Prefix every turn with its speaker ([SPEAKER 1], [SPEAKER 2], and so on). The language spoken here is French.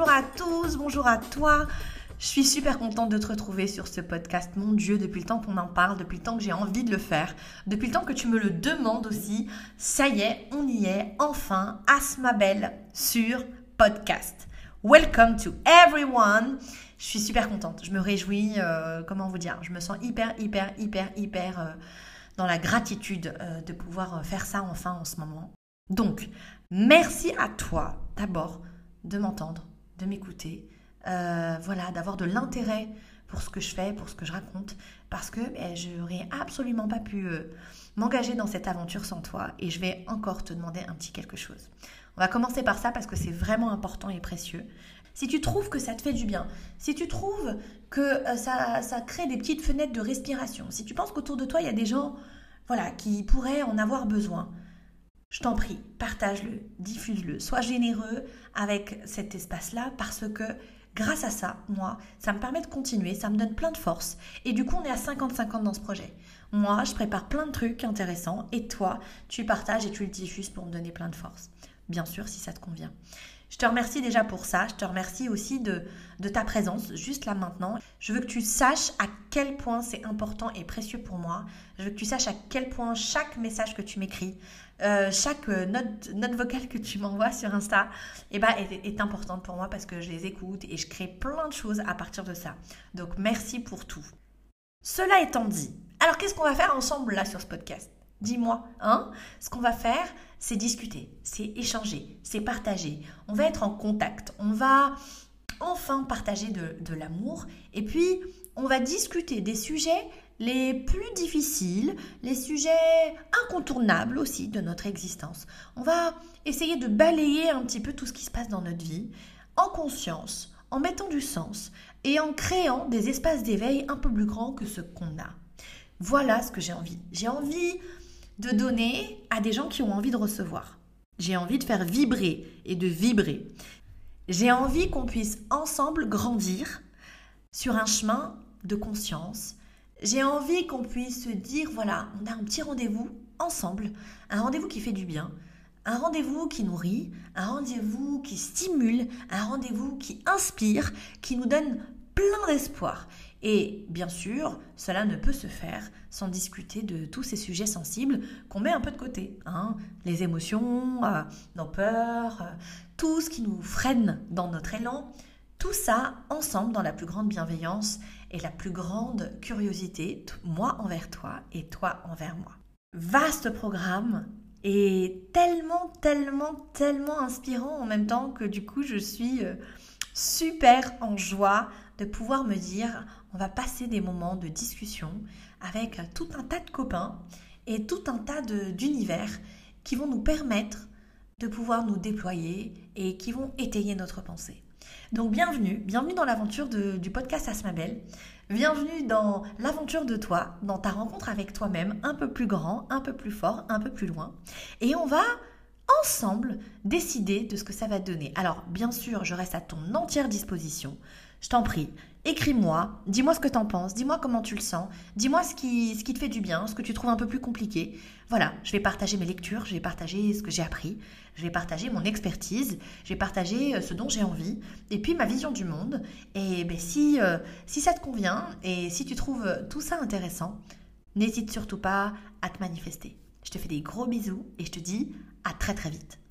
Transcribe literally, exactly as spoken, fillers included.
[SPEAKER 1] bonjour à tous, bonjour à toi. Je suis super contente de te retrouver sur ce podcast. Mon Dieu, depuis le temps qu'on en parle, depuis le temps que j'ai envie de le faire, depuis le temps que tu me le demandes aussi, ça y est, on y est, enfin, Asma Belle sur podcast. Welcome to everyone. Je suis super contente, je me réjouis, euh, comment vous dire, je me sens hyper, hyper, hyper, hyper euh, dans la gratitude euh, de pouvoir faire ça enfin en ce moment. Donc, merci à toi d'abord de m'entendre, de m'écouter, euh, voilà, d'avoir de l'intérêt pour ce que je fais, pour ce que je raconte, parce que eh, je n'aurais absolument pas pu euh, m'engager dans cette aventure sans toi et je vais encore te demander un petit quelque chose. On va commencer par ça parce que c'est vraiment important et précieux. Si tu trouves que ça te fait du bien, si tu trouves que euh, ça, ça crée des petites fenêtres de respiration, si tu penses qu'autour de toi, il y a des gens voilà, qui pourraient en avoir besoin, je t'en prie, partage-le, diffuse-le, sois généreux avec cet espace-là parce que grâce à ça, moi, ça me permet de continuer, ça me donne plein de force et du coup, on est à cinquante cinquante dans ce projet. Moi, je prépare plein de trucs intéressants et toi, tu partages et tu le diffuses pour me donner plein de force. Bien sûr, si ça te convient. Je te remercie déjà pour ça, je te remercie aussi de, de ta présence juste là maintenant. Je veux que tu saches à quel point c'est important et précieux pour moi. Je veux que tu saches à quel point chaque message que tu m'écris, euh, chaque note, note vocale que tu m'envoies sur Insta eh ben, est, est importante pour moi parce que je les écoute et je crée plein de choses à partir de ça. Donc merci pour tout. Cela étant dit, alors qu'est-ce qu'on va faire ensemble là sur ce podcast ? Dis-moi, hein ? Ce qu'on va faire, c'est discuter, c'est échanger, c'est partager. On va être en contact, on va enfin partager de, de l'amour et puis on va discuter des sujets les plus difficiles, les sujets incontournables aussi de notre existence. On va essayer de balayer un petit peu tout ce qui se passe dans notre vie en conscience, en mettant du sens et en créant des espaces d'éveil un peu plus grands que ce qu'on a. Voilà ce que j'ai envie. J'ai envie de donner à des gens qui ont envie de recevoir. J'ai envie de faire vibrer et de vibrer. J'ai envie qu'on puisse ensemble grandir sur un chemin de conscience. J'ai envie qu'on puisse se dire, voilà, on a un petit rendez-vous ensemble, un rendez-vous qui fait du bien, un rendez-vous qui nourrit, un rendez-vous qui stimule, un rendez-vous qui inspire, qui nous donne plein d'espoir. Et bien sûr, cela ne peut se faire sans discuter de tous ces sujets sensibles qu'on met un peu de côté. Hein, les émotions, euh, nos peurs, euh, tout ce qui nous freine dans notre élan, tout ça ensemble dans la plus grande bienveillance et la plus grande curiosité, moi envers toi et toi envers moi. Vaste programme et tellement, tellement, tellement inspirant en même temps que du coup je suis euh, super en joie de pouvoir me dire on va passer des moments de discussion avec tout un tas de copains et tout un tas de, d'univers qui vont nous permettre de pouvoir nous déployer et qui vont étayer notre pensée. Donc bienvenue, bienvenue dans l'aventure de, du podcast Asma Belle, bienvenue dans l'aventure de toi, dans ta rencontre avec toi-même, un peu plus grand, un peu plus fort, un peu plus loin. Et on va ensemble décider de ce que ça va donner. Alors bien sûr, je reste à ton entière disposition. Je t'en prie, écris-moi, dis-moi ce que t'en penses, dis-moi comment tu le sens, dis-moi ce qui, ce qui te fait du bien, ce que tu trouves un peu plus compliqué. Voilà, je vais partager mes lectures, je vais partager ce que j'ai appris, je vais partager mon expertise, je vais partager ce dont j'ai envie, et puis ma vision du monde. Et ben, si, euh, si ça te convient, et si tu trouves tout ça intéressant, n'hésite surtout pas à te manifester. Je te fais des gros bisous, et je te dis à très très vite.